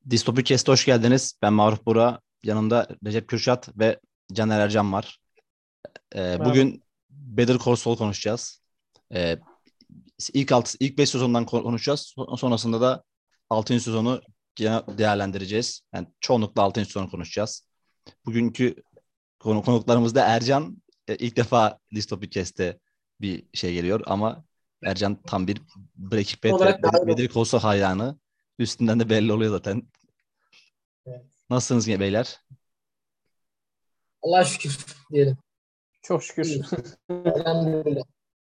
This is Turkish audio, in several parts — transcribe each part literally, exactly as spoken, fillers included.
Distopik Kest'e hoş geldiniz. Ben Maruf Bora. Yanımda Recep Kürşat ve Caner Ercan var. Ee, Merhaba. bugün Better Call Saul konuşacağız. Ee, ilk alt, ilk beş sezondan kon- konuşacağız. Son- Sonrasında da altıncı sezonu gene değerlendireceğiz. Yani çoğunlukla altıncı sezonu konuşacağız. Bugünkü konu konuklarımız da Ercan. Ee, ilk defa Distopik Kest'e bir şey geliyor ama Ercan tam bir Breaking Bad ve Olarak Better dahil Better oldum. Call Saul hayranı. Üstünden de belli oluyor zaten. Evet. Nasılsınız beyler? Allah'a şükür diyelim. Çok şükür. İyi. Elhamdülillah.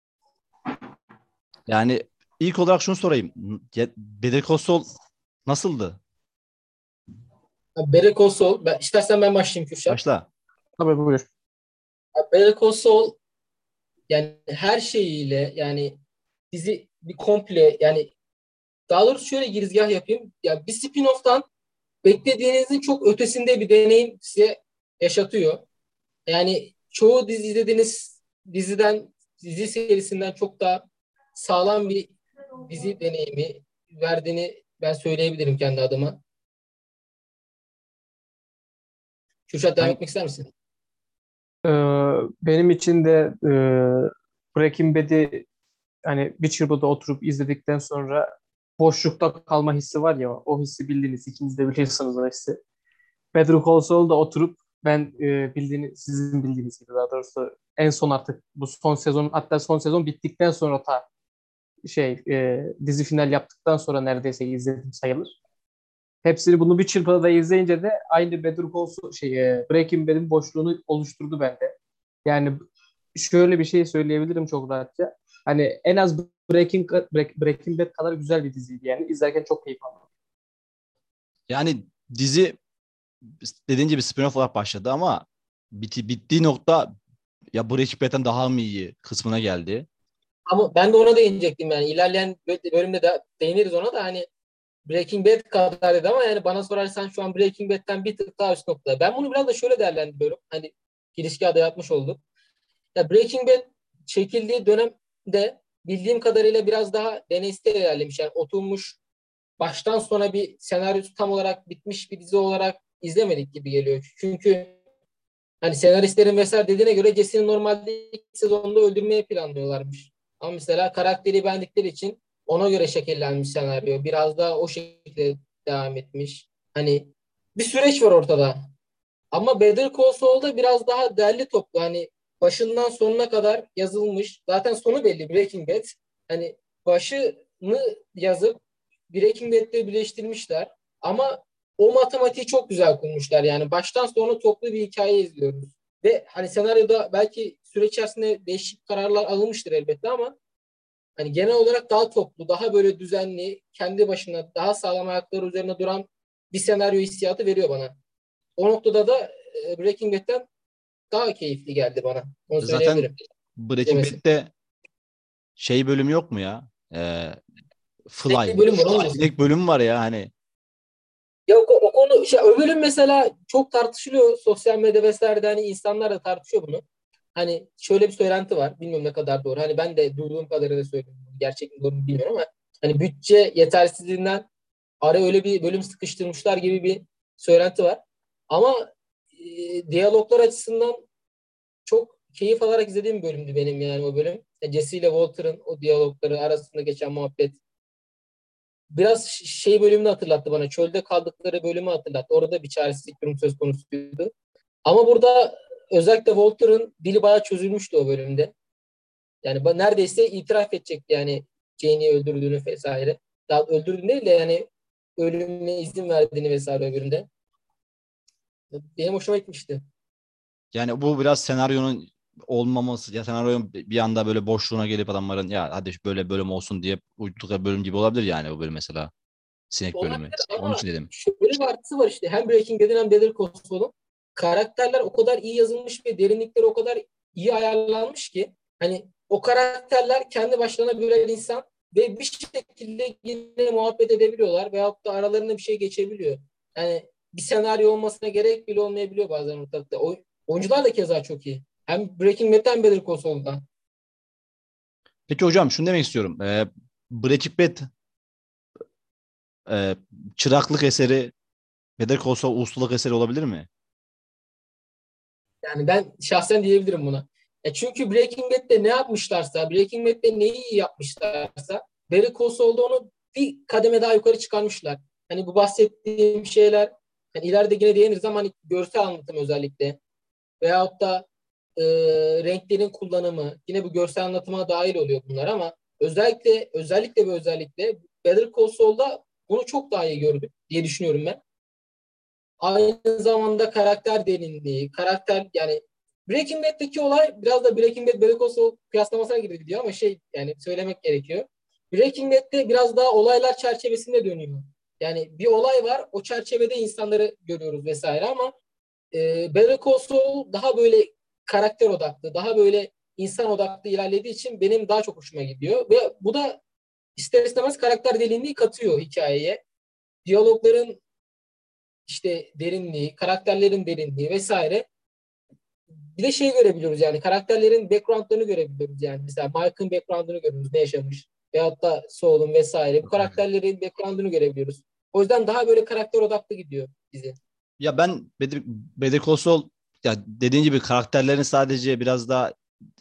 Yani ilk olarak şunu sorayım. Ya, Better Call Saul nasıldı? Abi Better Call Saul. Ben, istersen ben başlayayım Kürşat. Başla. Tabii buyur. Abi Better Call Saul yani her şeyiyle yani dizi bir komple yani daha doğrusu şöyle girizgah yapayım. Ya bir spin-off'tan beklediğinizin çok ötesinde bir deneyim size yaşatıyor. Yani çoğu dizi izlediğiniz diziden dizi serisinden çok daha sağlam bir dizi deneyimi verdiğini ben söyleyebilirim kendi adıma. Kürşat devam Hangi, etmek ister misin? Ee, benim için de e, Breaking Bad'i hani bir çırpıda oturup izledikten sonra boşlukta kalma hissi var ya, o hissi bildiniz. İkiniz de biliyorsunuz o hissi. Better Call Saul'da oturup ben e, bildiğiniz, sizin bildiğiniz gibi daha doğrusu en son artık bu son sezon, hatta son sezon bittikten sonra ta şey e, dizi final yaptıktan sonra neredeyse izledim sayılır. Hepsini bunu bir çırpıda izleyince de aynı Better Call Saul- şey, e, Breaking Bad'in boşluğunu oluşturdu bende. Yani şöyle bir şey söyleyebilirim çok rahatça. Hani en az Breaking, Break- Breaking Bad kadar güzel bir diziydi yani. İzlerken çok keyif aldım. yani dizi dediğin gibi spin-off olarak başladı ama biti, bittiği nokta ya Breaking Bad'den daha mı iyi kısmına geldi. Ama ben de ona değinecektim yani. İlerleyen bölümde de değiniriz ona da hani Breaking Bad kadar dedi ama yani bana sorarsan şu an Breaking Bad'den bir tık daha üst nokta. Ben bunu biraz da şöyle değerlendiriyorum. Hani girişki adı yapmış olduk. Ya Breaking Bad çekildiği dönemde bildiğim kadarıyla biraz daha deneysel ilerlemiş. Yani oturmuş baştan sona bir senaryosu tam olarak bitmiş bir dizi olarak izlemedik gibi geliyor. Çünkü hani senaristlerin vesaire dediğine göre Jesse'nin normalde ilk sezonda öldürmeyi planlıyorlarmış. Ama mesela karakteri beğendikleri için ona göre şekillenmiş senaryo. Biraz da o şekilde devam etmiş. Hani bir süreç var ortada. Ama Better Call Saul'da biraz daha derli toplu. Hani başından sonuna kadar yazılmış. Zaten sonu belli Breaking Bad. Hani başını yazıp Breaking Bad'le birleştirmişler. Ama o matematiği çok güzel kurmuşlar. Yani baştan sona toplu bir hikaye izliyoruz. Ve hani senaryoda belki süreç içerisinde değişik kararlar alınmıştır elbette ama hani genel olarak daha toplu, daha böyle düzenli, kendi başına daha sağlam ayakları üzerine duran bir senaryo hissiyatı veriyor bana. O noktada da e, Breaking Bad'den daha keyifli geldi bana. Onu Zaten söyleyebilirim. Breaking İzlemesi. Bad'de şey bölümü yok mu ya? Ee, Tek Fly. bir bölüm var onu diyorsun. Sinek bölüm var ya hani. Ya o, o konu, şey, o bölüm mesela çok tartışılıyor. Sosyal medya vesairede hani insanlar da tartışıyor bunu. Hani şöyle bir söylenti var. Bilmiyorum ne kadar doğru. Hani ben de duyduğum kadarıyla söylüyorum. Gerçek mi doğru mu bilmiyorum ama hani bütçe yetersizliğinden araya öyle bir bölüm sıkıştırmışlar gibi bir söylenti var. Ama e, diyaloglar açısından çok keyif alarak izlediğim bir bölümdü benim yani o bölüm. Yani Jesse ile Walter'ın o diyalogları arasında geçen muhabbet. Biraz şey bölümünü hatırlattı bana. Çölde kaldıkları bölümü hatırlattı. Orada bir çaresizlik durum söz konusuydu. Ama burada özellikle Walter'ın dili bayağı çözülmüştü o bölümde. Yani neredeyse itiraf edecekti yani Jane'i öldürdüğünü vesaire. Daha öldürdüğünü değil de yani ölümüne izin verdiğini vesaire öbüründe. Benim hoşuma gitmişti. Yani bu biraz senaryonun olmaması ya senaryonun bir anda böyle boşluğuna gelip adamların ya hadi böyle bölüm olsun diye uydurdukları bölüm gibi olabilir yani o bölüm mesela. Sinek bölümü. Olabilir Onun ama için dedim. şöyle bir artısı var işte. Hem Breaking Bad'in hem Better Call Saul'un karakterler o kadar iyi yazılmış ve derinlikleri o kadar iyi ayarlanmış ki hani o karakterler kendi başlarına birer insan ve bir şekilde yine muhabbet edebiliyorlar veyahut da aralarında bir şey geçebiliyor. Yani bir senaryo olmasına gerek bile olmayabiliyor bazen ortalıkta. O, oyuncular da keza çok iyi. Hem Breaking Bad'den hem Better Call Saul'dan. Peki hocam şunu demek istiyorum. Ee, Breaking Bad e, çıraklık eseri Better Call Saul ustalık eseri olabilir mi? Yani ben şahsen diyebilirim buna. E çünkü Breaking Bad'de ne yapmışlarsa, Breaking Bad'de neyi iyi yapmışlarsa Better Call Saul'da onu bir kademe daha yukarı çıkarmışlar. Hani bu bahsettiğim şeyler hani ileride yine değiniriz ama hani görsel anlatım özellikle veyahut da e, renklerin kullanımı yine bu görsel anlatıma dahil oluyor bunlar ama özellikle özellikle ve özellikle Better Call Saul'da bunu çok daha iyi gördük diye düşünüyorum ben. Aynı zamanda karakter derinliği, karakter yani Breaking Bad'deki olay biraz da Breaking Bad Better Call Saul kıyaslamasına gibi gidiyor ama şey yani söylemek gerekiyor. Breaking Bad'de biraz daha olaylar çerçevesinde dönüyor. Yani bir olay var, o çerçevede insanları görüyoruz vesaire ama e, Better Call Saul daha böyle karakter odaklı, daha böyle insan odaklı ilerlediği için benim daha çok hoşuma gidiyor ve bu da ister istemez karakter derinliği katıyor hikayeye. Diyalogların işte derinliği, karakterlerin derinliği vesaire. Bir de şey görebiliyoruz yani karakterlerin background'larını görebiliyoruz yani. Mesela Mike'ın background'ını görüyoruz, ne yaşamış. Veyahut da Saul'un vesaire. Bu Aynen. karakterlerin background'ını görebiliyoruz. O yüzden daha böyle karakter odaklı gidiyor dizi. Ya ben Better, Better Call Saul, ya dediğin gibi karakterlerin sadece biraz daha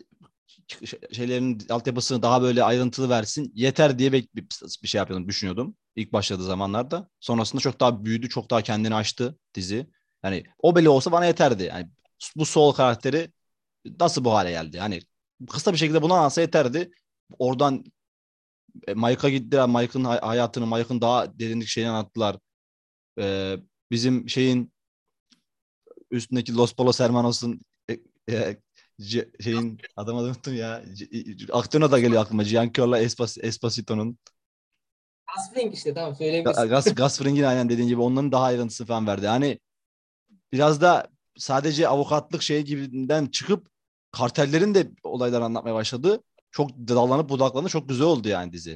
şeylerin altyapısını daha böyle ayrıntılı versin yeter diye bir, bir şey yapıyordum, düşünüyordum ilk başladığı zamanlarda. Sonrasında çok daha büyüdü, çok daha kendini açtı dizi. Yani o bile olsa bana yeterdi. Yani bu Saul karakteri nasıl bu hale geldi? Yani kısa bir şekilde bunu anlatsa yeterdi. Oradan e, Mike'a gittiler. Mike'ın hayatını, Mike'ın daha derinlik şeyini anlattılar. Ee, bizim şeyin üstündeki Los Polos Hermanos'un e, e, C- şeyin adamı adını unuttum ya. C- aktörün da geliyor aklıma. Giancarlo Espas Esposito'nun. Gosling işte tamam Ga- söyleyebilirsin. Gas Gus Fring'in aynen dediğin gibi onların daha ayrıntısını falan verdi. Yani biraz da sadece avukatlık şey gibinden çıkıp kartellerin de olayları anlatmaya başladı. Çok dallanıp budaklandı. Çok güzel oldu yani dizi.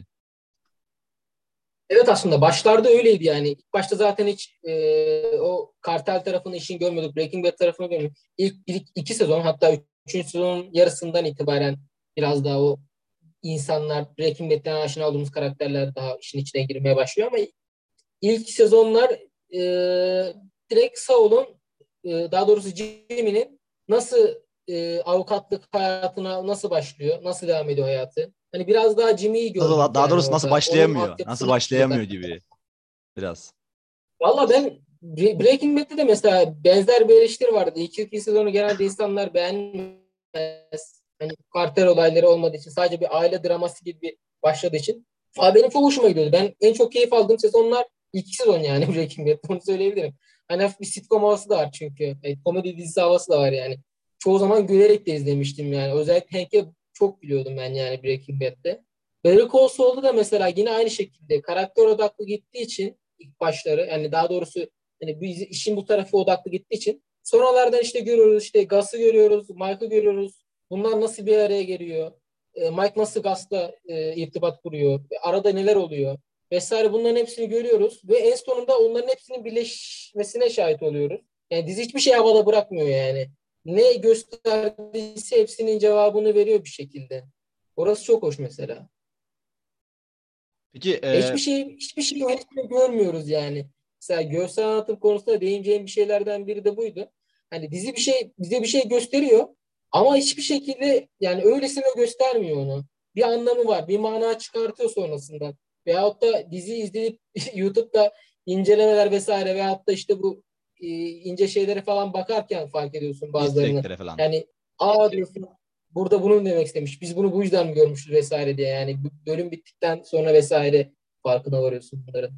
Evet aslında başlarda öyleydi yani. İlk başta zaten hiç e, o kartel tarafını işin görmüyorduk. Breaking Bad tarafını görmüyorduk. İlk, ilk iki sezon hatta üçüncü sezonun yarısından itibaren biraz daha o insanlar Breaking Bad'den aşina olduğumuz karakterler daha işin içine girmeye başlıyor ama ilk sezonlar e, direkt Saul'un e, daha doğrusu Jimmy'nin nasıl e, avukatlık hayatına nasıl başlıyor, nasıl devam ediyor hayatı. Hani biraz daha Jimmy'yi gördük Nasıl, daha yani doğrusu nasıl orada. Onun başlayamıyor? Nasıl altyapısını başlayamıyor çiziyorlar. gibi biraz. Valla ben Bre- Breaking Bad'de de mesela benzer bir eleştiri vardı. İlk iki sezonu genelde insanlar beğenmez. Hani kartel olayları olmadığı için sadece bir aile draması gibi başladığı için. Ama benim çok hoşuma gidiyordu. Ben en çok keyif aldığım sezonlar ilk sezon yani Breaking Bad. Onu söyleyebilirim. Hani hafif bir sitcom havası da var çünkü. E, komedi dizisi havası da var yani. Çoğu zaman gülerek de izlemiştim yani. Özellikle Hank'e çok gülüyordum ben yani Breaking Bad'de. Better Call Saul'da da mesela yine aynı şekilde karakter odaklı gittiği için ilk başları yani daha doğrusu hani biz işin bu tarafı odaklı gittiği için sonralardan işte görüyoruz işte Gus'ı görüyoruz, Mike'ı görüyoruz. Bunlar nasıl bir araya geliyor? E, Mike nasıl Gus'la e, irtibat kuruyor? E, arada neler oluyor? Vesaire bunların hepsini görüyoruz ve en sonunda onların hepsinin birleşmesine şahit oluyoruz. Yani dizi hiçbir şey havada bırakmıyor yani. Ne gösterdiyse hepsinin cevabını veriyor bir şekilde. Orası çok hoş mesela. Peki Hiçbir e, şey hiçbir şey öylesine görmüyoruz yani. Mesela görsel anlatım konusunda değineceğim bir şeylerden biri de buydu. Hani dizi bir şey bize bir şey gösteriyor ama hiçbir şekilde yani öylesine göstermiyor onu. Bir anlamı var, bir mana çıkartıyor sonrasından. Veyahut da dizi izleyip YouTube'da incelemeler vesaire veyahut da işte bu e, ince şeylere falan bakarken fark ediyorsun Easter bazılarını. egg'lere falan. Yani aa diyorsun burada bunu demek istemiş. Biz bunu bu yüzden mi görmüşüz vesaire diye. Yani bölüm bittikten sonra vesaire farkına varıyorsun bunların.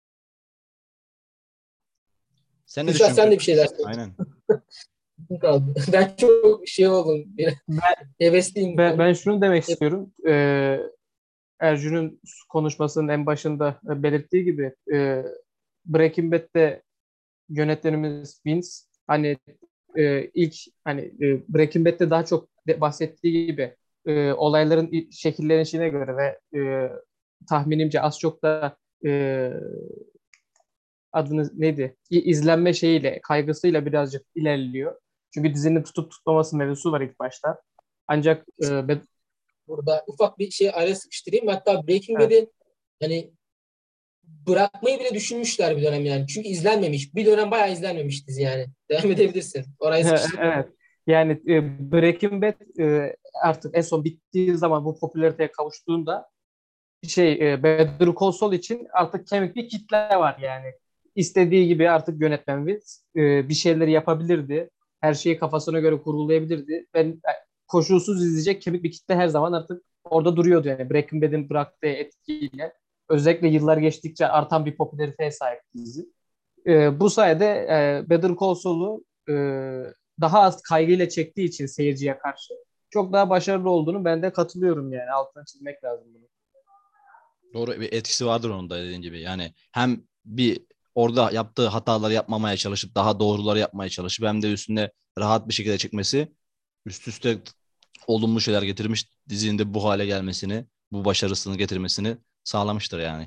Sen ne Kürşat düşünüyorsun sen de bir peki? şeyler söyle. Aynen. Kaldı. Ben çok şey oldum. Biraz Ben, hevesliyim bu ben, konuda. ben şunu demek istiyorum. Ee, Ercü'nün konuşmasının en başında belirttiği gibi e, Breaking Bad'de yönetmenimiz Vince hani e, ilk hani e, Breaking Bad'de daha çok de bahsettiği gibi e, olayların i- şekillenişine göre ve e, tahminimce az çok da e, adını neydi? İ- izlenme şeyiyle, kaygısıyla birazcık ilerliyor. Çünkü dizinin tutup tutmaması mevzusu var ilk başta. Ancak e, be- Burada ufak bir şey araya sıkıştırayım. Hatta Breaking evet, Bad'in hani bırakmayı bile düşünmüşler bir dönem yani. Çünkü izlenmemiş. Bir dönem bayağı izlenmemiş dizi yani. Devam edebilirsin. Orayı sıkıştır. Evet. Yani e, Breaking Bad e, artık en son bittiği zaman bu popülariteye kavuştuğunda şey e, Better Call Saul için artık kemik bir kitle var yani. İstediği gibi artık yönetmen Vince e, bir şeyleri yapabilirdi. Her şeyi kafasına göre kurgulayabilirdi. Ben e, koşulsuz izleyecek kemik bir kitle her zaman artık orada duruyordu yani. Breaking Bad'in bıraktığı etkiyle özellikle yıllar geçtikçe artan bir popülariteye sahip dizi. E, bu sayede e, Better Call Saul'u e, daha az kaygıyla çektiği için seyirciye karşı çok daha başarılı olduğunu ben de katılıyorum yani. Altına çizmek lazım bunu. Doğru, bir etkisi vardır onun da dediğin gibi. Yani hem bir orada yaptığı hataları yapmamaya çalışıp daha doğruları yapmaya çalışıp hem de üstüne rahat bir şekilde çekmesi üst üste olumlu şeyler getirmiş, dizinin de bu hale gelmesini, bu başarısını getirmesini sağlamıştır yani.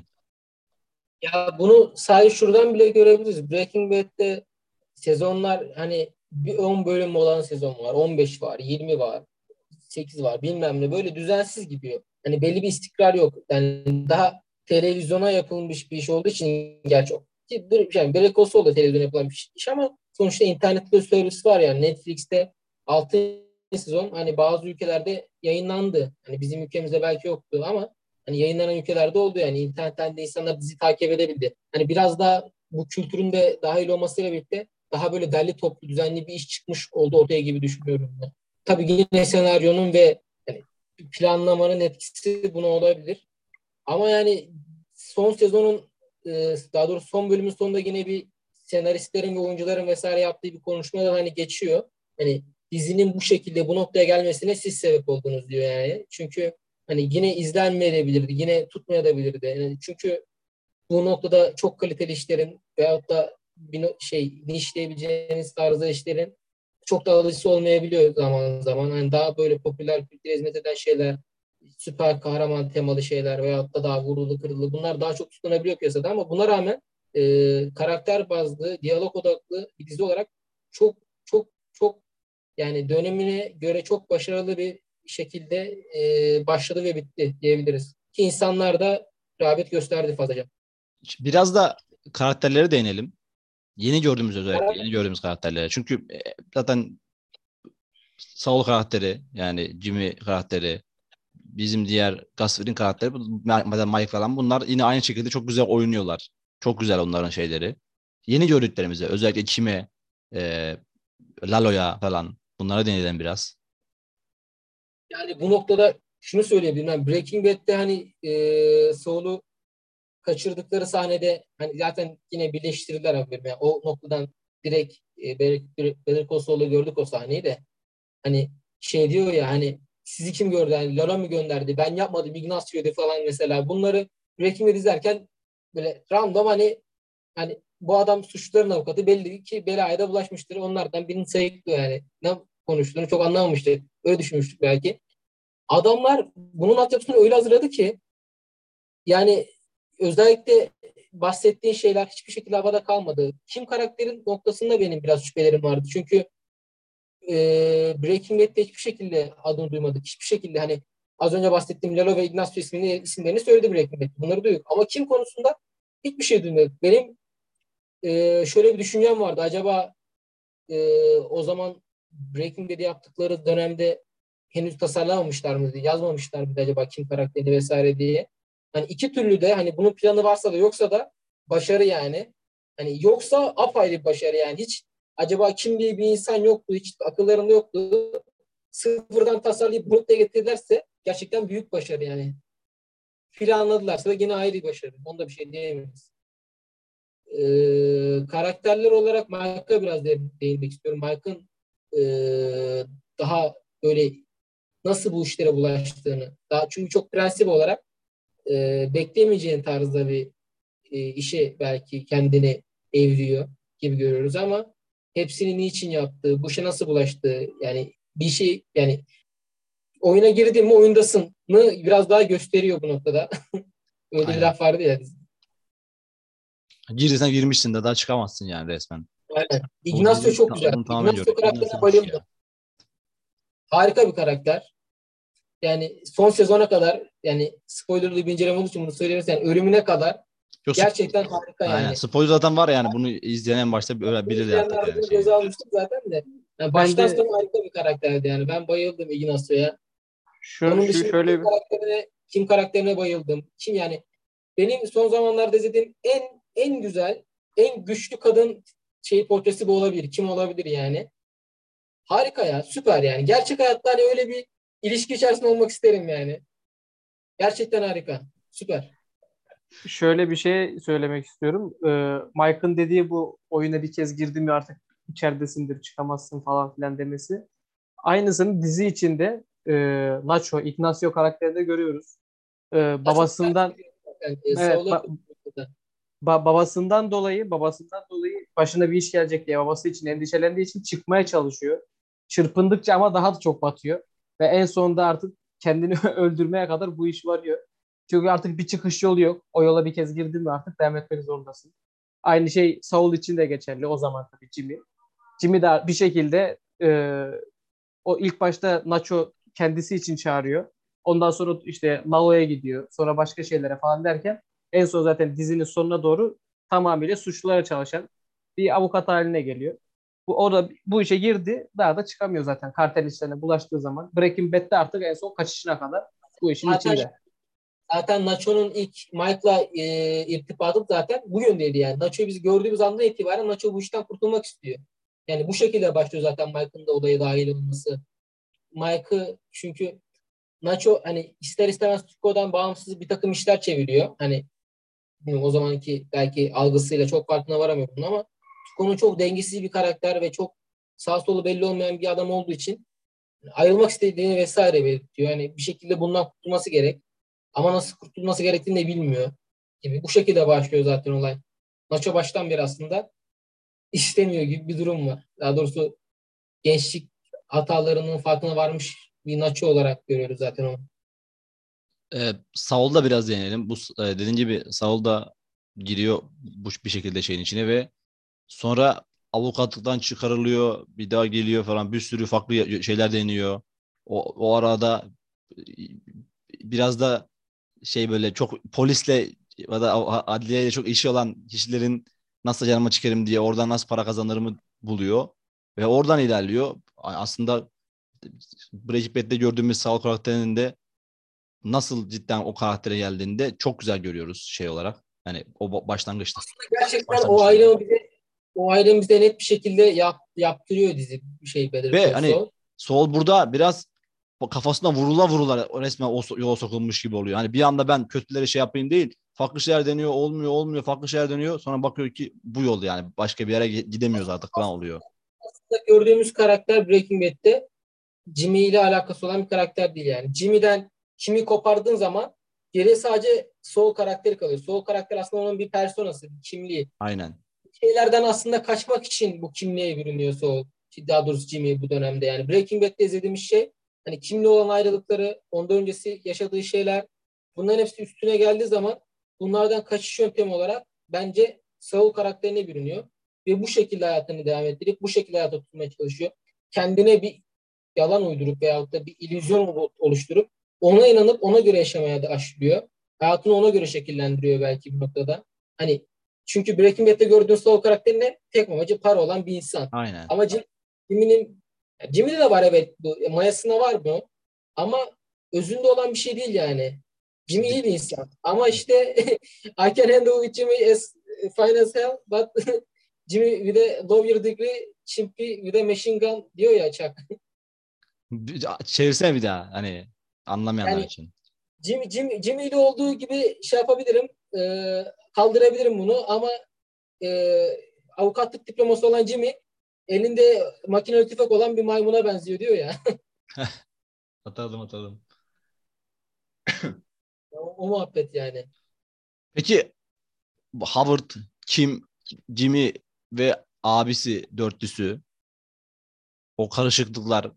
Ya bunu sadece şuradan bile görebiliriz. Breaking Bad'de sezonlar hani bir on bölüm olan sezon var. on beş var, yirmi var, sekiz var bilmem ne. Böyle düzensiz gidiyor. Hani belli bir istikrar yok. Yani daha televizyona yapılmış bir iş olduğu için gerçi o. Ki bir- Yani Better Call Saul da televizyona yapılan bir iş ama sonuçta internette servis var yani. Netflix'te altı sezon hani bazı ülkelerde yayınlandı. Hani bizim ülkemizde belki yoktu ama hani yayınlanan ülkelerde oldu yani. İnternetten de insanlar dizi takip edebildi. Hani biraz daha bu kültürün de dahil olmasıyla birlikte daha böyle derli toplu düzenli bir iş çıkmış oldu ortaya gibi düşünüyorum ben. Tabii yine senaryonun ve yani planlamanın etkisi buna olabilir. Ama yani son sezonun e, daha doğrusu son bölümün sonunda yine bir senaristlerin ve oyuncuların vesaire yaptığı bir konuşmada hani geçiyor. Hani dizinin bu şekilde bu noktaya gelmesine siz sebep oldunuz diyor yani. Çünkü hani yine izlenmeyebilirdi, yine tutmayabilirdi. Yani çünkü bu noktada çok kaliteli işlerin veyahut da bir no- şey niş diyebileceğiniz tarzda işlerin çok da alıcısı olmayabiliyor zaman zaman. Hani daha böyle popüler kültüre hizmet eden şeyler, süper kahraman temalı şeyler veyahut da daha vurulu kırılı bunlar daha çok tutunabiliyor piyasada ama buna rağmen e, karakter bazlı, diyalog odaklı bir dizi olarak çok çok çok yani dönemine göre çok başarılı bir şekilde e, başladı ve bitti diyebiliriz. Ki insanlar da rağbet gösterdi fazlaca. Biraz da karakterlere değinelim. Yeni gördüğümüz özellikle yeni gördüğümüz karakterlere. Çünkü e, zaten Saul karakteri yani Jimmy karakteri bizim diğer Gus karakteri mesela Mike falan bunlar yine aynı şekilde çok güzel oynuyorlar. Çok güzel onların şeyleri. Yeni gördüklerimize özellikle Kime, e, Lalo'ya falan bunlara değinelim biraz. Yani bu noktada şunu söyleyebilirim. Yani Breaking Bad'de hani e, Saul'u kaçırdıkları sahnede hani zaten yine birleştirdiler haberim. Yani o noktadan direkt e, Better Call Saul'u gördük o sahneyi de. Hani şey diyor ya hani sizi kim gördü? Yani Lara mı gönderdi? Ben yapmadım. Ignacio'ydu falan mesela. Bunları Breaking Bad izlerken böyle random hani hani bu adam suçluların avukatı belli ki belaya da bulaşmıştır. Onlardan birini sayıklıyor yani. Ne konuştuğunu çok anlamamıştı. Öyle düşünmüştük belki. Adamlar bunun altyapısını öyle hazırladı ki yani özellikle bahsettiğin şeyler hiçbir şekilde havada kalmadı. Kim karakterin noktasında benim biraz şüphelerim vardı. Çünkü e, Breaking Bad'de hiçbir şekilde adını duymadık. Hiçbir şekilde hani az önce bahsettiğim Lalo ve Ignacio ismini, isimlerini söyledi Breaking Bad. Bunları duyduk. Ama kim konusunda hiçbir şey duymadık. Benim e, şöyle bir düşüncem vardı. Acaba e, o zaman Breaking Bad'i yaptıkları dönemde henüz tasarlamamışlar mıydı? Yazmamışlar mıydı acaba kim karakterini vesaire diye. Hani iki türlü de hani bunun planı varsa da yoksa da başarı yani. Hani yoksa apayrı bir başarı yani. Hiç acaba kim diye bir insan yoktu. Hiç akıllarında yoktu. Sıfırdan tasarlayıp bunu da getirdilerse gerçekten büyük başarı yani. Planladılarsa da yine ayrı bir başarı. Onda bir şey diyemeyiz. Ee, karakterler olarak Mike'a biraz de, değinmek istiyorum. Mike'ın e, daha böyle nasıl bu işlere bulaştığını. Daha çünkü çok prensip olarak e, beklemeyeceğin tarzda bir e, işe belki kendini evliyor gibi görüyoruz ama hepsini niçin yaptığı, bu işe nasıl bulaştığı yani bir şey yani oyuna girdin mi oyundasın mı biraz daha gösteriyor bu noktada. Öyle bir Aynen. laf vardı ya. Girdiysen girmişsin de daha çıkamazsın yani resmen. Aynen. O Ignacio dizi çok ta- güzel. bunu tamamen Ignacio gördük. karakterine Nasıl müthiş bayıldım. ya. Harika bir karakter. Yani son sezona kadar yani spoilerlı bir inceleme olduğu için bunu söyleriz. Yani ölümüne kadar Yok, sp- Gerçekten harika aynen. yani. Spoiler zaten var yani. Bunu izleyen en başta böyle bilir artık İzleyenler yani bunu göze şeyini. almıştır zaten de. Yani Ben baştan de sona harika bir karakterdi yani. Ben bayıldım Ignacio'ya. şu, Onun şu dışında kim şöyle bir karakterine, kim karakterine bayıldım. Kim yani benim son zamanlarda izlediğim en en güzel, en güçlü kadın şey portresi bu olabilir. Kim olabilir yani? Harika ya, süper yani. Gerçek hayatta hani öyle bir ilişki içerisinde olmak isterim yani. Gerçekten harika. Süper. şöyle bir şey söylemek istiyorum. Ee, Mike'ın dediği bu oyuna bir kez girdin mi artık içeridesindir, çıkamazsın falan filan demesi. Aynısını dizi içinde e, Nacho, Ignacio karakterinde görüyoruz. Ee, Ha, çok ters babasından gidiyor zaten. E, evet Saul'a ba- ba- babasından dolayı babasından dolayı başına bir iş gelecek diye babası için endişelendiği için çıkmaya çalışıyor. Çırpındıkça ama daha da çok batıyor ve en sonunda artık kendini öldürmeye kadar bu iş varıyor. Çünkü artık bir çıkış yolu yok. O yola bir kez girdin mi artık devam etmek zorundasın. Aynı şey Saul için de geçerli. O zaman tabii Jimmy. Jimmy de bir şekilde e, o ilk başta Nacho kendisi için çağırıyor. Ondan sonra işte Lalo'ya gidiyor. Sonra başka şeylere falan derken en son zaten dizinin sonuna doğru tamamıyla suçlulara çalışan bir avukat haline geliyor. Bu o da bu işe girdi. Daha da çıkamıyor zaten kartel işlerine bulaştığı zaman. Breaking Bad'de artık en son kaçışına kadar bu işin zaten içinde. zaten Nacho'nun ilk Mike'la e, irtibatı zaten bu yöndeydi yani. Nacho'yu biz gördüğümüz andan itibaren Nacho bu işten kurtulmak istiyor. Yani bu şekilde başlıyor zaten Mike'ın da olaya dahil olması. Mike'ı çünkü Nacho hani ister istemez Tuco'dan bağımsız bir takım işler çeviriyor. Hani bilmiyorum, o zamanki belki algısıyla çok farkına varamıyor bunun ama Tuco'nun çok dengesiz bir karakter ve çok sağ solu belli olmayan bir adam olduğu için ayrılmak istediğini vesaire belirtiyor. Yani bir şekilde bundan kurtulması gerek. Ama nasıl kurtulması gerektiğini de bilmiyor gibi. Bu şekilde başlıyor zaten olay. Nacho baştan beri aslında istemiyor gibi bir durum var. Daha doğrusu gençlik hatalarının farkına varmış bir Nacho olarak görüyoruz zaten onu. Ee, Saul'da biraz değinelim. Bu e, dediğin gibi Saul da giriyor bu bir şekilde şeyin içine ve sonra avukatlıktan çıkarılıyor, bir daha geliyor falan, bir sürü farklı ya- şeyler deniyor. O, o arada e, biraz da şey böyle çok polisle ya da av- adliyeyle çok işi olan kişilerin nasıl canıma çıkarım diye oradan nasıl para kazanırımı buluyor ve oradan ilerliyor. A- Aslında Breaking Bad'de gördüğümüz Saul karakterinin de nasıl cidden o karaktere geldiğinde çok güzel görüyoruz şey olarak. Hani o ba- başlangıçta. Gerçekten o Başlangıçta. ayrımı bize o ayrımı bize net bir şekilde yap, yaptırıyor dizi bir şey Better Ve Call hani Saul. Saul burada biraz kafasına vurula vurula o resmen o so- yola sokulmuş gibi oluyor. Hani bir anda ben kötüleri şey yapayım değil. Farklı şeyler deniyor, olmuyor, olmuyor. Farklı şeyler deniyor. Sonra bakıyor ki bu yol yani. Başka bir yere gi- gidemiyoruz artık falan oluyor. Gördüğümüz karakter Breaking Bad'de Jimmy ile alakası olan bir karakter değil yani. Jimmy'den kimi kopardığın zaman geriye sadece Saul karakteri kalıyor. Saul karakter aslında onun bir personası, bir kimliği. Aynen. Şeylerden aslında kaçmak için bu kimliğe bürünüyor Saul. Daha doğrusu Jimmy bu dönemde yani. Breaking Bad'de izlediğimiz şey hani kimliği olan ayrılıkları, ondan öncesi yaşadığı şeyler bunların hepsi üstüne geldiği zaman bunlardan kaçış yöntemi olarak bence Saul karakterine bürünüyor. Ve bu şekilde hayatını devam ettirip bu şekilde hayata tutmaya çalışıyor. Kendine bir yalan uydurup veyahut da bir illüzyon oluşturup ona inanıp ona göre yaşamaya da başlıyor. Hayatını ona göre şekillendiriyor belki bir noktada. Hani çünkü Breaking Bad'de gördüğün Saul karakteri ne? Tek amacı para olan bir insan. Aynen. Ama Jim, Jimmy'nin Jimmy'de de var evet bu mayasında var bu. Ama özünde olan bir şey değil yani. Jimmy iyi bir insan. Ama işte I can handle with Jimmy as fine as hell but Jimmy with a lawyer degree, Chimpy with a machine gun diyor ya Chuck. Bir- Çevirsene bir daha hani anlamayanlar Yani için. Jimmy, Jimmy, Jimmy ile olduğu gibi şey yapabilirim. E, kaldırabilirim bunu ama e, avukatlık diploması olan Jimmy elinde makineli tüfek olan bir maymuna benziyor diyor ya. Hatırladım hatırladım. O, o muhabbet yani. Peki Howard, Kim, Jimmy ve abisi dörtlüsü o karışıklıklar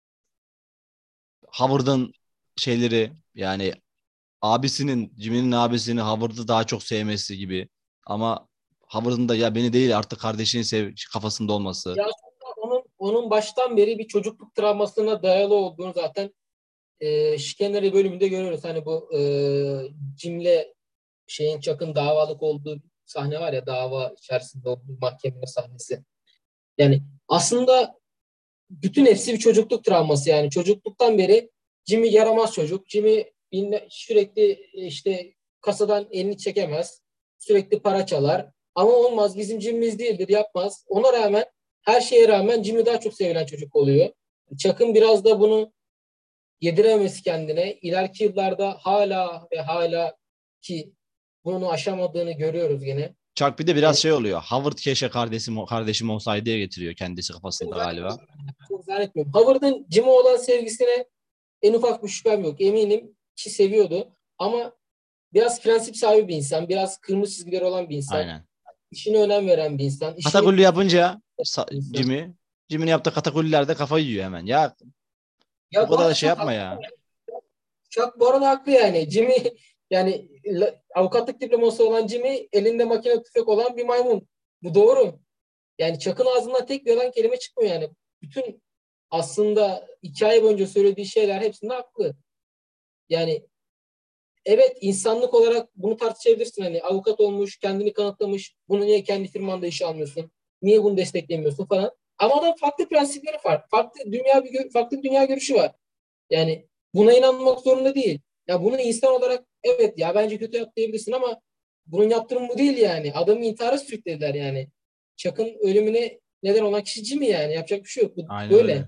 Howard'ın şeyleri yani abisinin Jimmy'nin abisini Howard'ı daha çok sevmesi gibi ama Howard'ın da ya beni değil artık kardeşini sev kafasında olması. Ya aslında onun, onun baştan beri bir çocukluk travmasına dayalı olduğunu zaten e, Şikenleri bölümünde görüyoruz. Hani bu e, Jim'le şeyin Chuck'ın davalık olduğu sahne var ya, dava içerisinde olduğu mahkeme sahnesi. Yani aslında bütün hepsi bir çocukluk travması yani. Çocukluktan beri Jimmy yaramaz çocuk. Jimmy sürekli işte kasadan elini çekemez. Sürekli para çalar. Ama olmaz, bizim Jimmy'miz değildir, yapmaz. Ona rağmen, her şeye rağmen Jimmy daha çok sevilen çocuk oluyor. Chuck'ın biraz da bunu yedirememesi kendine, ileriki yıllarda hala ve hala ki bunu aşamadığını görüyoruz gene. Chuck bir de biraz Yani şey oluyor. Howard keşke kardeşim, kardeşim olsaydı diye getiriyor kendisi kafasında galiba. çok zannetmiyorum. Howard'ın Jim'e olan sevgisine en ufak bir şüphem yok. Eminim ki seviyordu. Ama biraz prensip sahibi bir insan. Biraz kırmızı çizgileri olan bir insan. Aynen. İşine önem veren bir insan. İşini Katakulli yapınca bir insan. Jimmy, Jimmy'nin yaptığı katakullilerde kafayı yiyor hemen. Ya bu Ya bu kadar da arada şey çok yapma haklı. ya. Chuck bu arada haklı yani. Jimmy yani la- avukatlık diploması olan Jimmy, elinde makine tüfek olan bir maymun. Bu doğru. Yani Chuck'ın ağzından tek bir yalan kelime çıkmıyor yani. Bütün aslında hikaye boyunca söylediği şeyler hepsinde haklı. Yani evet, insanlık olarak bunu tartışabilirsin. Hani avukat olmuş, kendini kanıtlamış. Bunu niye kendi firmanda işe almıyorsun? Niye bunu desteklemiyorsun falan. Ama adam farklı prensipleri var. Farklı dünya bir farklı bir dünya görüşü var. Yani buna inanmak zorunda değil. Ya bunu insan olarak evet ya bence kötü yap diyebilirsin ama bunun yaptırımı bu değil yani. Adamı intihara sürüklediler yani. Chuck'ın ölümüne neden olan kişi Jimmy yani. Yapacak bir şey yok. Bu Aynen böyle. öyle.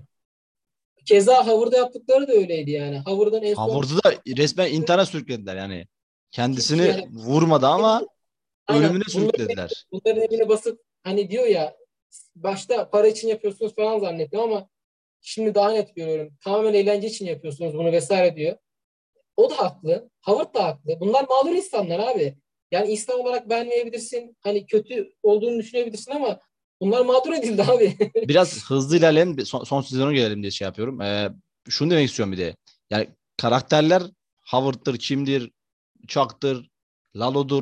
Keza Howard'da yaptıkları da öyleydi yani. Howard'ın en son Howard'ı da resmen intihara sürüklediler yani. hiç Kendisini yani vurmadı ama aynen ölümüne bunların, sürüklediler. bunların evine basıp hani diyor ya, başta para için yapıyorsunuz falan zannettim ama şimdi daha net görüyorum. Tamamen eğlence için yapıyorsunuz bunu vesaire diyor. O da haklı. Howard da haklı. Bunlar mağdur insanlar abi. Yani insan olarak beğenmeyebilirsin. Hani kötü olduğunu düşünebilirsin ama bunlar mağdur edildi abi. Biraz hızlı ilerleyelim. Bir Son, son sezona gelelim diye şey yapıyorum. Ee, şunu demek istiyorum bir de. Yani karakterler Howard'dır, kimdir, Chuck'tır, Lalo'dur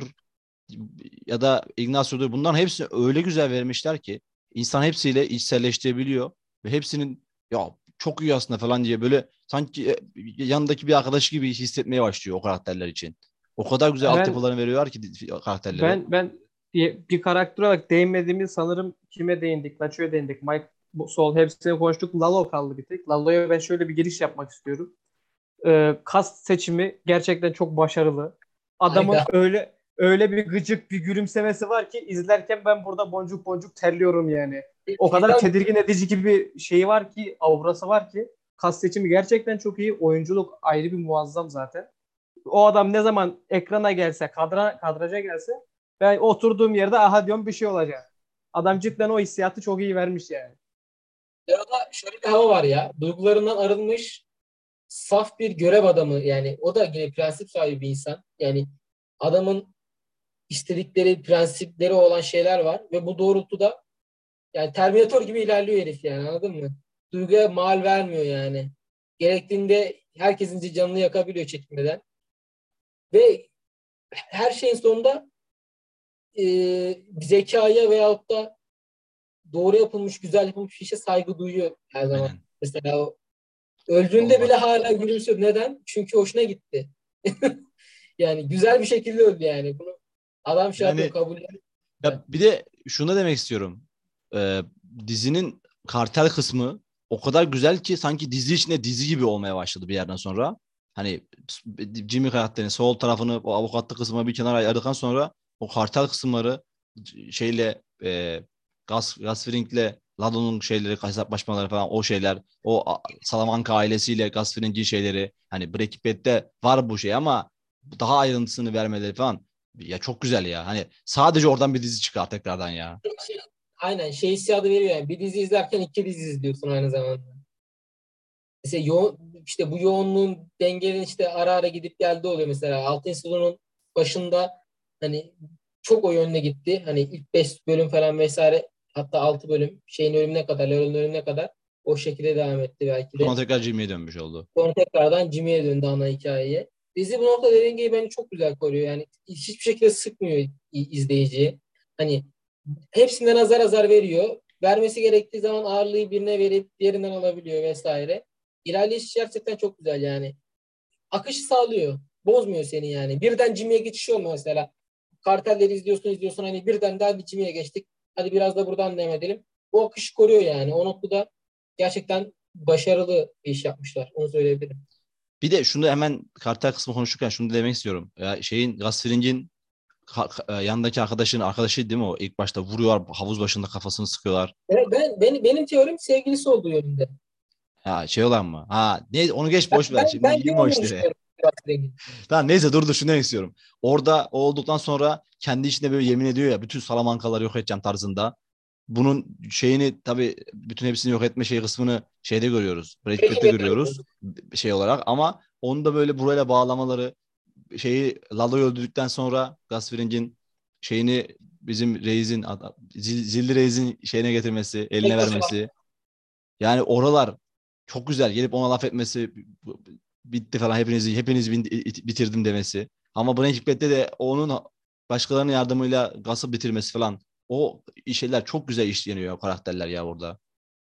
ya da Ignacio'dur. Bunların hepsini öyle güzel vermişler ki insan hepsiyle içselleştirebiliyor ve hepsinin ya çok iyi aslında falan diye böyle sanki e, yanındaki bir arkadaş gibi hissetmeye başlıyor o karakterler için. O kadar güzel Ben altyapılarını veriyorlar ki karakterlere. ben ben bir, bir karakter olarak değinmediğimiz sanırım kime değindik? Nacho'ya değindik. Mike Sol hepsini konuştuk. Lalo kaldı bir tek. Lalo'ya ben şöyle bir giriş yapmak istiyorum. Ee, kast seçimi gerçekten çok başarılı. Adamın Harika. öyle öyle bir gıcık bir gülümsemesi var ki izlerken ben burada boncuk boncuk terliyorum yani. O kadar Şeyden, tedirgin edici gibi şeyi var ki, aurası var ki. Kast seçimi gerçekten çok iyi. Oyunculuk ayrı bir muazzam zaten. O adam ne zaman ekrana gelse, kadra, kadraja gelse ben oturduğum yerde aha diyorum bir şey olacak. Adam cidden o hissiyatı çok iyi vermiş yani. Arada şöyle bir hava var ya. Duygularından arınmış saf bir görev adamı yani. O da yine prensip sahibi bir insan. Yani adamın istedikleri, prensipleri olan şeyler var ve bu doğrultuda yani Terminator gibi ilerliyor herif yani, anladın mı? Duyguya mal vermiyor yani. Gerektiğinde herkesin canını yakabiliyor çekinmeden. Ve her şeyin sonunda e, zekaya veyahut da doğru yapılmış, güzel yapılmış bir işe saygı duyuyor her zaman. Aynen. Mesela o öldüğünde bile Olmaz. hala gülümsüyor. Neden? Çünkü hoşuna gitti. Yani güzel bir şekilde öldü yani. Bunu adam şey yapıyor, Yani kabul ediyor. ya bir de şunu demek istiyorum. Ee, dizinin kartel kısmı o kadar güzel ki sanki dizi içinde dizi gibi olmaya başladı bir yerden sonra. Hani Jimmy karakterinin sol tarafını o avukatlık kısmına bir kenara ayırdıktan sonra o kartel kısımları şeyle e, Gus, Gus Fring'le Lado'nun şeyleri, hesaplaşmaları falan o şeyler, o a- Salamanca ailesiyle Gus Fring'in şeyleri hani Breaking Bad'de var bu şey ama daha ayrıntısını vermeleri falan ya çok güzel ya. Hani sadece oradan bir dizi çıkar tekrardan ya. Şey, aynen şey hissiyatı veriyor yani. Bir dizi izlerken iki dizi izliyorsun aynı zamanda. Mesela yo işte bu yoğunluğun dengenin işte ara ara gidip geldi oluyor mesela. altıncı sezonun başında hani çok o yönüne gitti. Hani ilk beş bölüm falan vesaire, hatta altı bölüm şeyin ölümüne kadar, Leon'un ölümüne kadar o şekilde devam etti belki Sonra de. tekrar Jimmy'ye dönmüş oldu. Sonra tekrardan Jimmy'ye döndü ana hikayeye. Dizi bu noktada dediğin gibi beni çok güzel koruyor. Yani hiçbir şekilde sıkmıyor izleyiciyi. Hani hepsinden azar azar veriyor. Vermesi gerektiği zaman ağırlığı birine verip diğerinden alabiliyor vesaire. İlerleyiş gerçekten çok güzel yani. Akışı sağlıyor. bozmuyor seni yani. Birden Jimmy'ye geçiş olmuyor mesela. Kartelleri izliyorsun izliyorsun hani birden daha bir Jimmy'ye geçtik. Hadi biraz da buradan devam edelim. O akışı koruyor yani. O noktada gerçekten başarılı bir iş yapmışlar. Onu söyleyebilirim. Bir de şunu hemen kartel kısmı konuşurken şunu da demek istiyorum. Ya şeyin Gus Fring'in ka- yanındaki arkadaşın arkadaşı değil mi o? İlk başta vuruyorlar havuz başında kafasını sıkıyorlar. Evet, ben, benim, benim teorim sevgilisi olduğu yönünde. Ha şey olan mı? Ha ne onu geç Ben, boş ver. ben, Şimdi ben girme o olduğunu işlere. düşünüyorum. Gus Fring'in. Tamam neyse dur dur şunu demek istiyorum. Orada o olduktan sonra kendi içinde böyle yemin ediyor ya bütün Salamankaları yok edeceğim tarzında. Bunun şeyini tabii bütün hepsini yok etme şey kısmını şeyde görüyoruz. Breaking Breaking Bad'de Bad'de görüyoruz görüyoruz. şey olarak ama onu da böyle burayla bağlamaları şeyi Lalo'yu öldürdükten sonra Gus Fring'in şeyini bizim Reis'in Zil- Zilli Reis'in şeyine getirmesi, eline Tek başına. vermesi. Yani oralar çok güzel. Gelip ona laf etmesi bitti falan hepinizi hepinizi bitirdim demesi. Ama Breaking Bad'de de onun başkalarının yardımıyla Gus'ı bitirmesi falan. O şeyler çok güzel işleniyor karakterler ya orada.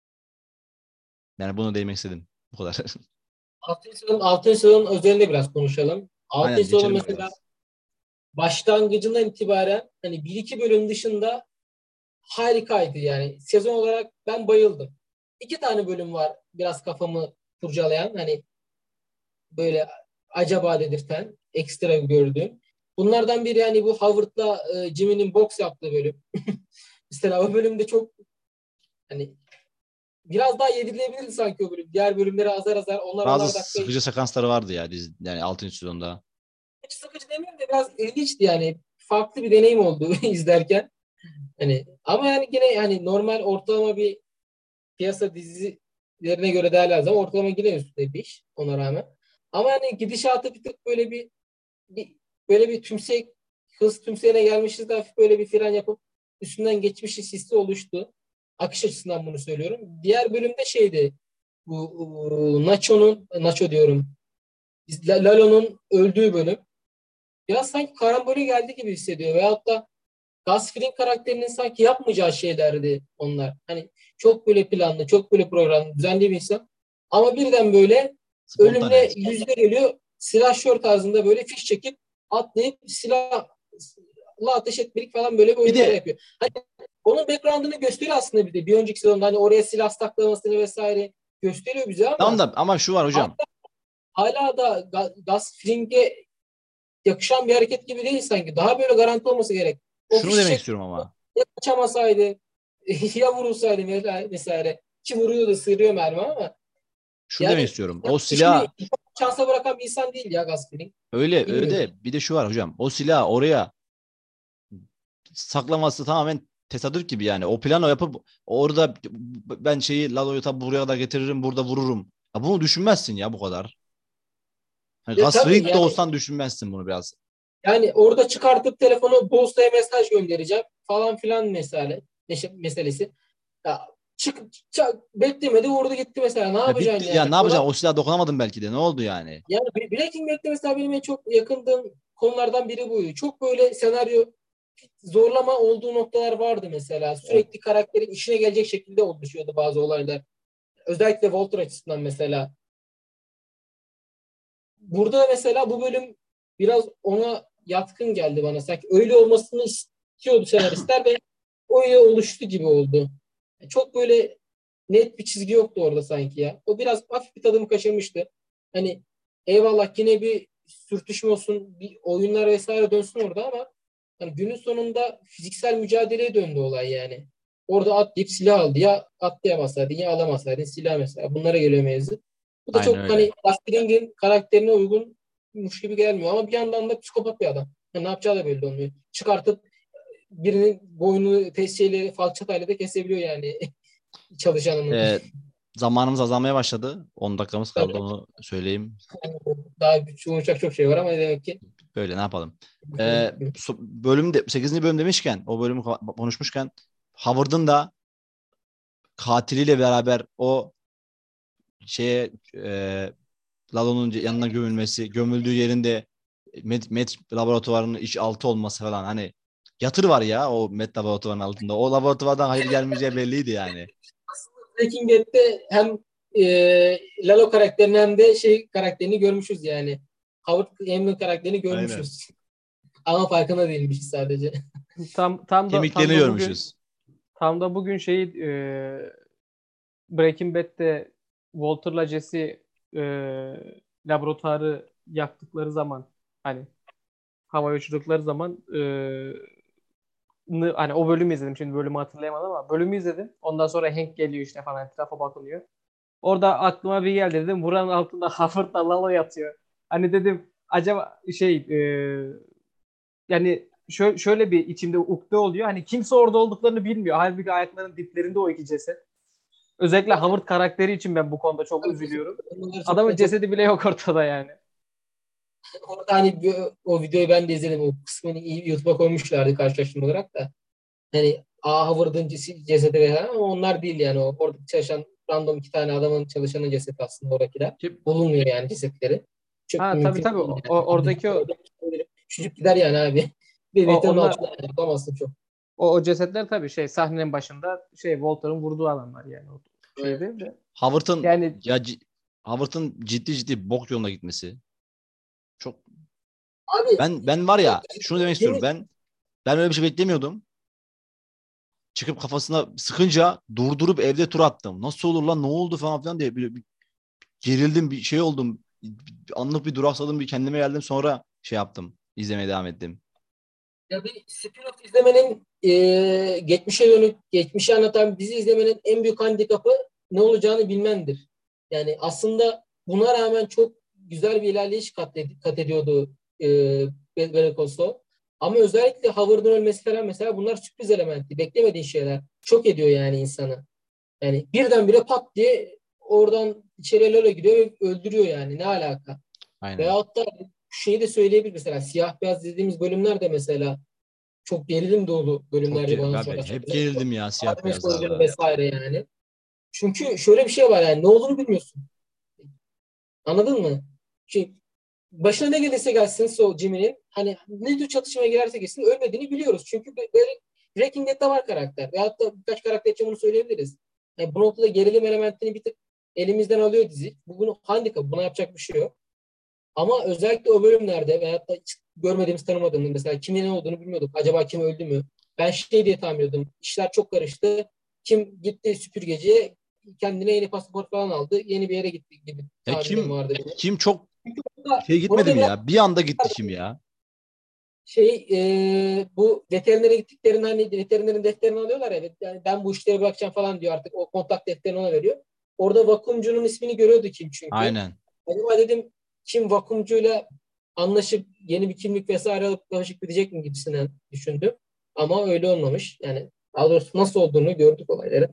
Yani bunu değinmek istedim. Bu kadar. Altıncı sezon, altıncı sezon özelinde biraz konuşalım. Altıncı Aynen sezon geçelim öyle mesela biraz. başlangıcından itibaren hani bir iki bölüm dışında harikaydı yani. Sezon olarak ben bayıldım. İki tane bölüm var biraz kafamı kurcalayan hani böyle acaba dedirten ekstra gördüğüm. Bunlardan biri yani bu Howard'la e, Jimmy'nin boks yaptığı bölüm. Mesela o bölümde çok hani biraz daha yedirilebilirdi sanki o bölüm. Diğer bölümleri azar azar onar Bazı onar dakika sıkıcı sekansları vardı ya dizi, yani altıncı sezonda. hiç sıkıcı demeyeyim de biraz ilginçti yani. Farklı bir deneyim oldu izlerken. Hani ama yani yine yani normal ortalama bir piyasa dizilerine göre değerlendiği zaman ortalama yine üstte bir iş ona rağmen. Ama yani gidişatı bir tık böyle bir, bir böyle bir tümsek hız tümseğine gelmişiz de hafif böyle bir fren yapıp üstünden geçmişiz hissi oluştu. Akış açısından bunu söylüyorum. Diğer bölümde şeydi bu, bu Nacho'nun Nacho diyorum. Lalo'nun öldüğü bölüm. Biraz sanki karambole geldi gibi hissediyor. Veyahut da Gus Fring karakterinin sanki yapmayacağı şeylerdi onlar. Hani çok böyle planlı, çok böyle programlı, düzenli bir insan. Ama birden böyle Spontane. ölümle yüzde geliyor. Silahşör tarzında böyle fiş çekip atlayıp silahla ateş etmelik falan böyle bir Bir oyunlar de yapıyor. Hani onun background'ını gösteriyor aslında bir de. Bir önceki sezonda hani oraya silah saklamasını vesaire gösteriyor bize tamam ama da ama şu var hocam. hala da Gus Fring'e yakışan bir hareket gibi değil sanki. Daha böyle garanti olması gerek. O Şunu fişi demek çek istiyorum ama. ya kaçamasaydı ya vurulsaydı vesaire. Ki vuruyor da sıyırıyor mermi ama Şunu demek yani istiyorum. O işini silah şansa bırakan bir insan değil ya Gasperini. öyle Bilmiyorum. öyle. Bir de şu var hocam. O silah oraya saklaması tamamen tesadüf gibi yani. O plano yapıp orada ben şeyi Lalo'yu tabi buraya da getiririm burada vururum. Ya bunu düşünmezsin ya bu kadar. Hani Ya tabii Gasfring de yani olsan düşünmezsin bunu biraz. yani orada çıkartıp telefonu Bosta'ya mesaj göndereceğim falan filan mesele, meselesi. Ya çık, çık beklemedi vurdu gitti mesela. Ne Ya bitti yapacaksın ya yani? ne Ona yapacaksın o silaha dokunamadın belki de ne oldu yani? yani Breaking Bad'de mesela benim en çok yakındığım konulardan biri buydu. Çok böyle senaryo zorlama olduğu noktalar vardı mesela. O, Sürekli karakterin işine gelecek şekilde oluşuyordu bazı olaylar. Özellikle Walter açısından mesela. Burada mesela bu bölüm biraz ona yatkın geldi bana. Sanki öyle olmasını istiyordu senaristler ve öyle oluştu gibi oldu. Çok böyle net bir çizgi yoktu orada sanki ya. O biraz hafif bir tadımı kaçırmıştı. Hani eyvallah yine bir sürtüşme olsun, bir oyunlar vesaire dönsün orada ama hani günün sonunda fiziksel mücadeleye döndü olay yani. Orada atlayıp silah aldı. Ya atlayamasaydın ya alamasaydın silah mesela. Bunlara geliyor mevzu. Bu da aynen çok hani öyle. Dustin karakterine uygunmuş gibi gelmiyor ama bir yandan da psikopat bir adam. Yani ne yapacağı da belli olmuyor. Çıkartıp birinin boynunu testiyle falçatayla da kesebiliyor yani çalışanının. Ee, zamanımız azalmaya başladı. on dakikamız kaldı Tabii, onu söyleyeyim. daha konuşacak çok şey var ama demek ki Böyle ne yapalım. Ee, so- bölümde sekizinci bölüm demişken o bölümü ko- konuşmuşken Howard'ın da katiliyle beraber o şeye e, Lalo'nun yanına gömülmesi, gömüldüğü yerinde med, med laboratuvarının iç altı olması falan hani yatır var ya o med laboratuvarının altında. O laboratuvardan hayır gelmeyeceği belliydi yani. Breaking Bad'de hem e, Lalo karakterini hem de şey karakterini görmüşüz yani. Howard Hamlin karakterini görmüşüz. Ama farkında değilmişiz sadece. Tam tam da tam Kemiklerini da bugün görmüşüz. tam da bugün şey e, Breaking Bad'de Walter'la Jesse e, laboratuvarı yaktıkları zaman hani havaya uçurdukları zaman e, nı- hani o bölümü izledim. Şimdi bölümü hatırlayamadım ama bölümü izledim. Ondan sonra Hank geliyor işte falan etrafa bakılıyor. Orada aklıma bir geldi dedim. Buranın altında Howard'la Lalo yatıyor. Hani dedim acaba şey e, yani şöyle, şöyle bir içimde ukde oluyor. Hani kimse orada olduklarını bilmiyor. Halbuki ayaklarının diplerinde o iki ceset. Özellikle Howard karakteri için ben bu konuda çok üzülüyorum. Onları çok, Adamın çok cesedi bile yok ortada yani. orada hani bir- o videoyu ben de izledim. O kısmını iyi YouTube'a koymuşlardı karşılaştırma olarak da. Hani A Howard'ın ces- cesedi veya ama onlar değil yani. O orada çalışan random iki tane adamın çalışanın cesedi aslında oradakiler. Kim? Bulunmuyor yani cesetleri. Çok Ha tabii mümkün tabii değil o, yani. oradaki o, Küçücük gider yani abi. Bir o meteorun onlar altında yani yapamazsın çok. o, o cesetler tabii şey sahnenin başında şey Walter'ın vurduğu alanlar yani o şey Evet. değil de. Howard'ın Yani ya ci- Howard'ın ciddi ciddi bok yoluna gitmesi. Çok Abi ben ben var ya şunu demek istiyorum. Jimmy, Ben ben öyle bir şey beklemiyordum. Çıkıp kafasına sıkınca durdurup evde tur attım. Nasıl olur lan ne oldu falan filan diye bir, bir gerildim bir şey oldum. Bir, anlık bir duraksadım bir kendime geldim sonra şey yaptım. İzlemeye devam ettim. ya bir spin-off izlemenin e, geçmişe dönük, geçmişi anlatan dizi izlemenin en büyük handikapı ne olacağını bilmendir. Yani aslında buna rağmen çok güzel bir ilerleyiş kat, ed- kat ediyordu e, Better Call Saul. Ama özellikle Howard'ın ölmesi falan mesela bunlar sürpriz elementi. Beklemediğin şeyler. Şok ediyor yani insanı. Yani birdenbire pat diye oradan içeri öyle gidiyor ve öldürüyor yani. Ne alaka? Aynen. Veyahut da şeyi de söyleyebilir mesela siyah beyaz dediğimiz bölümlerde mesela çok gerilim dolu Çok bölümlerdi ge- bana ben, ben hep sorarsanız. gerildim ya siyah Adem Soylu beyazlarda. vesaire yani. Çünkü şöyle bir şey var yani ne olduğunu bilmiyorsun. Anladın mı? Çünkü başına ne gelirse gelsin so Jimmy'nin hani ne tür çatışmaya girerse girsin ölmediğini biliyoruz. Çünkü böyle Breaking Bad'de var karakter. Veyahut da birkaç karakter için bunu söyleyebiliriz. Yani bu noktada gerilim elementini bir tık elimizden alıyor dizi. Bu bunun handikapı. Buna yapacak bir şey yok. Ama özellikle o bölümlerde veyahut da hiç görmediğimiz tanımadığımız mesela kimin ne olduğunu bilmiyorduk. Acaba kim öldü mü? Ben şey diye tahmin ediyordum. İşler çok karıştı. Kim gitti süpürgeciye kendine yeni pasaport falan aldı. Yeni bir yere gitti gibi Ya tahminim kim vardı benim. kim çok Çünkü orada, şey gitmedi orada mi biraz ya? Bir anda gitti kim ya? şey e, bu veterinere gittiklerinde hani veterinerin defterini alıyorlar ya yani ben bu işleri bırakacağım falan diyor artık o kontak defterini ona veriyor. Orada vakumcunun ismini görüyordu kim çünkü. Aynen. Acaba dedim kim vakumcuyla anlaşıp yeni bir kimlik vesaire alıp karışık gidecek mi gibisinden düşündüm. Ama öyle olmamış. Yani daha doğrusu nasıl olduğunu gördük olayları.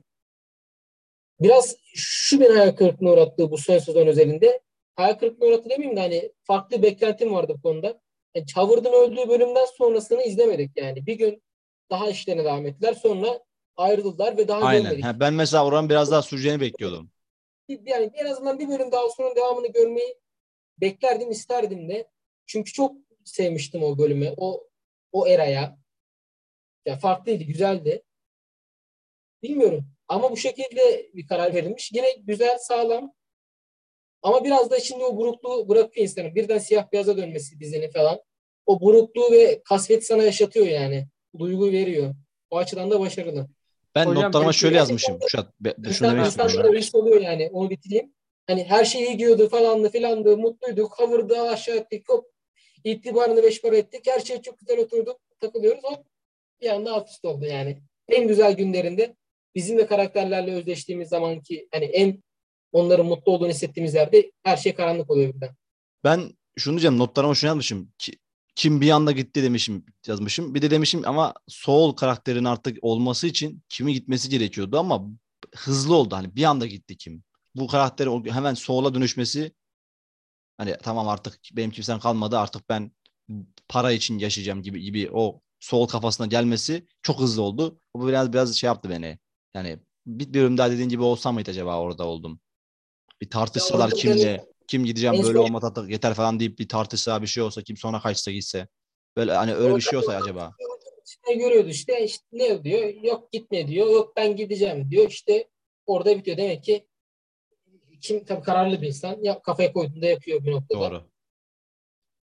Biraz şu beni hayal kırıklığına uğrattı bu son sezon özelinde. Hayal kırıklığına uğrattı demeyeyim de hani farklı beklentim vardı bu konuda. Yani Howard'ın öldüğü bölümden sonrasını izlemedik yani. Bir gün daha işlerine devam ettiler. Sonra ayrıldılar ve daha Aynen. görmedik. Ha, ben mesela oranın biraz daha süreceğini bekliyordum. Yani en azından bir bölüm daha sonra devamını görmeyi beklerdim, isterdim de. Çünkü çok sevmiştim o bölümü, o o eraya. Ya farklıydı, güzeldi. Bilmiyorum. Ama bu şekilde bir karar verilmiş. Yine güzel, sağlam. Ama biraz da içinde o burukluğu bırakıyor insanı. Birden siyah beyaza dönmesi dizinin falan. O burukluğu ve kasveti sana yaşatıyor yani. Duygu veriyor. O açıdan da başarılı. Ben hocam notlarıma şöyle peki Gerçekten yazmışım. Kuşat, be- şunu insan, demek ha, istiyorum insan da ben. öyle oluyor yani. Onu bitireyim. Hani her şeyi iyi gidiyordu falandı filandı. Mutluyduk. Cover'da aşağı ettik. Hop, itibarını beş para ettik. Her şey çok güzel oturduk. Takılıyoruz. Hop bir anda alt üst oldu yani. En güzel günlerinde bizim de karakterlerle özleştiğimiz zamanki hani en onların mutlu olduğunu hissettiğimiz yerde her şey karanlık oluyor birden. Ben şunu diyeceğim notlarıma şunu yazmışım. Ki, kim bir anda gitti demişim yazmışım. Bir de demişim ama Saul karakterinin artık olması için kimi gitmesi gerekiyordu ama hızlı oldu. Hani bir anda gitti kim. Bu karakteri hemen Saul'a dönüşmesi hani tamam artık benim kimsem kalmadı artık ben para için yaşayacağım gibi gibi o Saul kafasına gelmesi çok hızlı oldu. Bu biraz biraz şey yaptı beni. Yani bir bölüm daha dediğin gibi olsam mıydı acaba orada oldum. Bir Ya tartışsalar orada yani kimle, kim gideceğim en böyle son olmaz artık yeter falan deyip bir tartışsa bir şey olsa kim sonra kaçsa gitse. Böyle hani öyle bir orada şey olsa acaba. işte görüyordu işte, işte ne diyor yok gitme diyor yok ben gideceğim diyor işte orada bitiyor demek ki kim tabii kararlı bir insan ya kafaya koyduğunda yapıyor bir noktada. Doğru.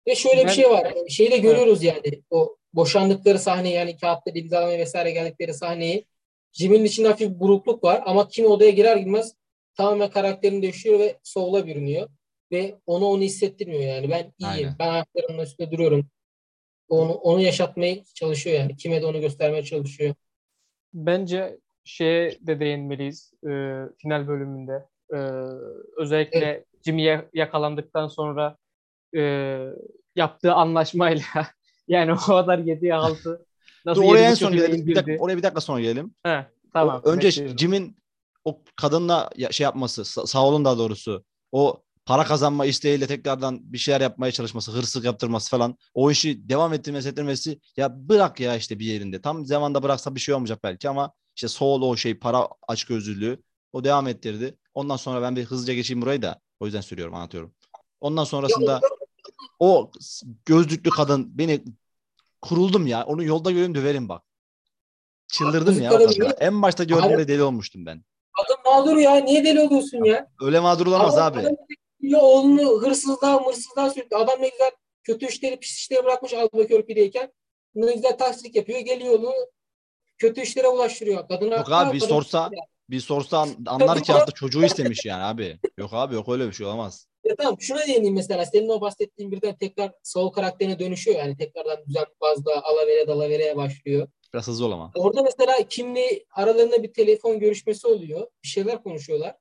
Ve şöyle bir Ben şey var. Şeyi de evet, görüyoruz yani. O boşandıkları sahne, yani kağıtta imzalamaya vesaire geldikleri sahneyi. Jimin'in içinde hafif bir burukluk var ama kim odaya girer girmez tamamen karakterini değiştiriyor ve soğula bürünüyor. Ve ona onu hissettirmiyor yani. Ben iyiyim. Aynen. Ben ayaklarımın üstünde duruyorum. Onu, onu yaşatmaya çalışıyor yani. Kime de onu göstermeye çalışıyor. bence şeye de değinmeliyiz e, final bölümünde. E, Evet. özellikle Jimmy'ye yakalandıktan sonra e, yaptığı anlaşmayla yani o kadar yediye altı Dur nasıl yedi oraya en buçuk son ile gelelim. Bir dakika, indirdi. oraya bir dakika sonra gelelim. He, O tamam önce bekliyorum. Jim'in o kadınla ya- şey yapması, Sa- Saul'un daha doğrusu o para kazanma isteğiyle tekrardan bir şeyler yapmaya çalışması, hırsızlık yaptırması falan. O işi devam ettirmesi, ettirmesi ya bırak ya işte bir yerinde. Tam zamanda bıraksa bir şey olmayacak belki ama işte Saul o şey para açgözlülüğü o devam ettirdi. Ondan sonra ben bir hızlıca geçeyim burayı da o yüzden söylüyorum, anlatıyorum. Ondan Ya sonrasında orada o gözlüklü kadın beni kuruldum ya. Onu yolda görüyorum döverim bak. Çıldırdım müzik ya o kadın kadına. niye? En başta Abi gördüğümde deli olmuştum ben. kadın mağdur ya. Niye deli oluyorsun Ya, ya? öyle mağdur olamaz Adam, abi. adam diyor, oğlunu hırsızlığa mırsızlığa sürüklüyor. Adam ne güzel kötü işleri pis işleri bırakmış Albuquerque'deyken. Ne güzel taksitlik yapıyor. Geliyor onu kötü işlere ulaştırıyor. Kadına Yok abi bir kadın sorsa bir sorsa an- anlar kadın ki aslında çocuğu istemiş yani abi. Yok abi yok öyle bir şey olamaz. ya tamam şuna değineyim mesela. Senin o bahsettiğin birden tekrar Saul karakterine dönüşüyor. Yani tekrardan düzenbazda alavere dalavereye başlıyor. Biraz hızlı ol ama. Orada mesela kimli aralarında bir telefon görüşmesi oluyor. Bir şeyler konuşuyorlar.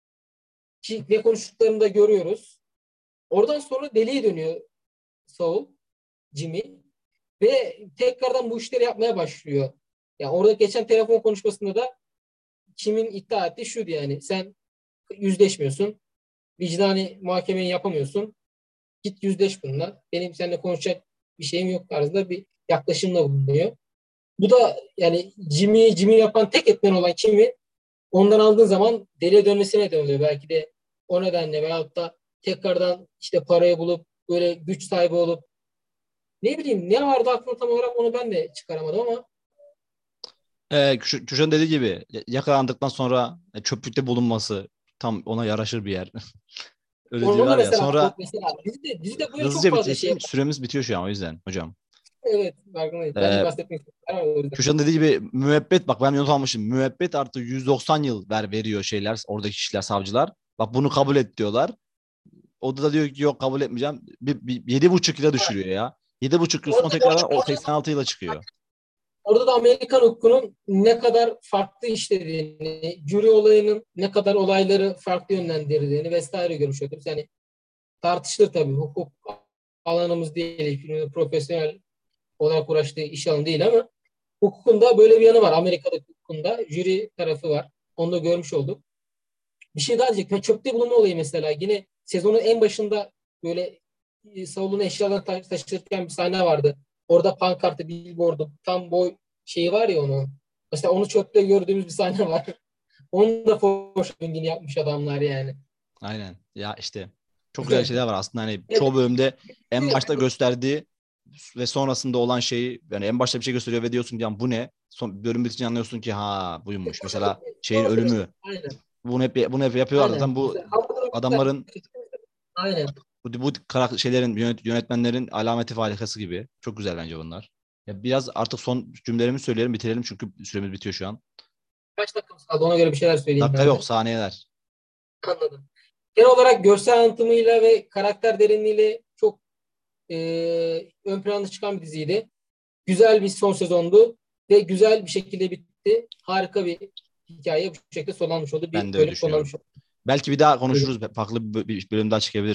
Ki ne konuştuklarını da görüyoruz. Oradan sonra deliye dönüyor Saul, Jimmy. Ve tekrardan bu işleri yapmaya başlıyor. Yani orada geçen telefon konuşmasında da kimin iddia ettiği şuydu yani. Sen yüzleşmiyorsun. Vicdani muhakemeyi yapamıyorsun. Git yüzleş bununla. Benim seninle konuşacak bir şeyim yok tarzında bir yaklaşımla bulunuyor. Bu da yani Jimmy, Jimmy yapan tek etmen olan kimi ondan aldığın zaman deliye dönmesine neden oluyor. Belki de o nedenle veyahut da tekrardan işte parayı bulup böyle güç sahibi olup ne bileyim ne vardı aklımda tam olarak onu ben de çıkaramadım ama Ee, Kü- Kürşat'ın dediği gibi y- yakalandıktan sonra e, çöplükte bulunması tam ona yaraşır bir yer. Öyle onu da diyorlar ya. mesela Sonra mesela dizide, dizide böyle çok hızlıca fazla şey bitireyim. var. Süremiz bitiyor şu an o yüzden hocam. Evet farkındayım. Ben de Ee, bahsetmek istedim. Ama o yüzden. Kürşat'ın dediği gibi müebbet bak ben not almışım. Müebbet artı yüz doksan yıl ver veriyor şeyler oradaki kişiler savcılar. Bak bunu kabul et diyorlar. O da diyor ki yok kabul etmeyeceğim. Bir, bir, yedi buçuk yıla düşürüyor ya. Yedi buçuk yıl sonra Orada tekrardan o da, seksen altı yıla çıkıyor. orada da Amerikan hukukunun ne kadar farklı işlediğini, jüri olayının ne kadar olayları farklı yönlendirdiğini vesaire görmüş oluyoruz. Yani tartışılır tabii. Hukuk alanımız değil. Profesyonel olarak uğraştığı iş alanı değil ama hukukunda böyle bir yanı var. Amerika'da hukukunda jüri tarafı var. Onu da görmüş olduk. Bir şey daha diyecektim. Çöpte bulunma olayı mesela. Yine sezonun en başında böyle e, Saul'un eşyalarını ta- taşırken bir sahne vardı. Orada pankartı, billboardu, tam boy şeyi var ya onun. Mesela onu çöpte gördüğümüz bir sahne var. Onu da foreshadowing'ini yapmış adamlar yani. Aynen. Ya işte çok güzel Güzel. şeyler var aslında hani Evet, çoğu bölümde en başta hani gösterdiği ve sonrasında olan şeyi yani en başta bir şey gösteriyor ve diyorsun ki "Ya bu ne? Son bölüm bitince anlıyorsun ki ha buymuş. Mesela şeyin doğru söylüyorsun. ölümü. Aynen. Bunu hep bunu hep yapıyorlar Aynen. zaten bu Mesela Havada güzel. adamların Aynen. bu, bu karakter şeylerin yönet- yönetmenlerin alameti farikası gibi. Çok güzel bence bunlar. Ya biraz artık son cümlelerimi söyleyelim bitirelim çünkü süremiz bitiyor şu an. Kaç dakikamız kaldı? Ona göre bir şeyler söyleyeyim Dakika ben yok de. saniyeler. Anladım. Genel olarak görsel anlatımıyla ve karakter derinliğiyle çok e, ön planda çıkan bir diziydi. Güzel bir son sezondu ve güzel bir şekilde bitti. Harika bir hikaye bu şekilde sonlanmış oldu. Bir Ben de öyle bölüm düşünüyorum. sonlanmış oldu. Belki bir daha konuşuruz. Farklı bir bir bölüm daha çıkabilir.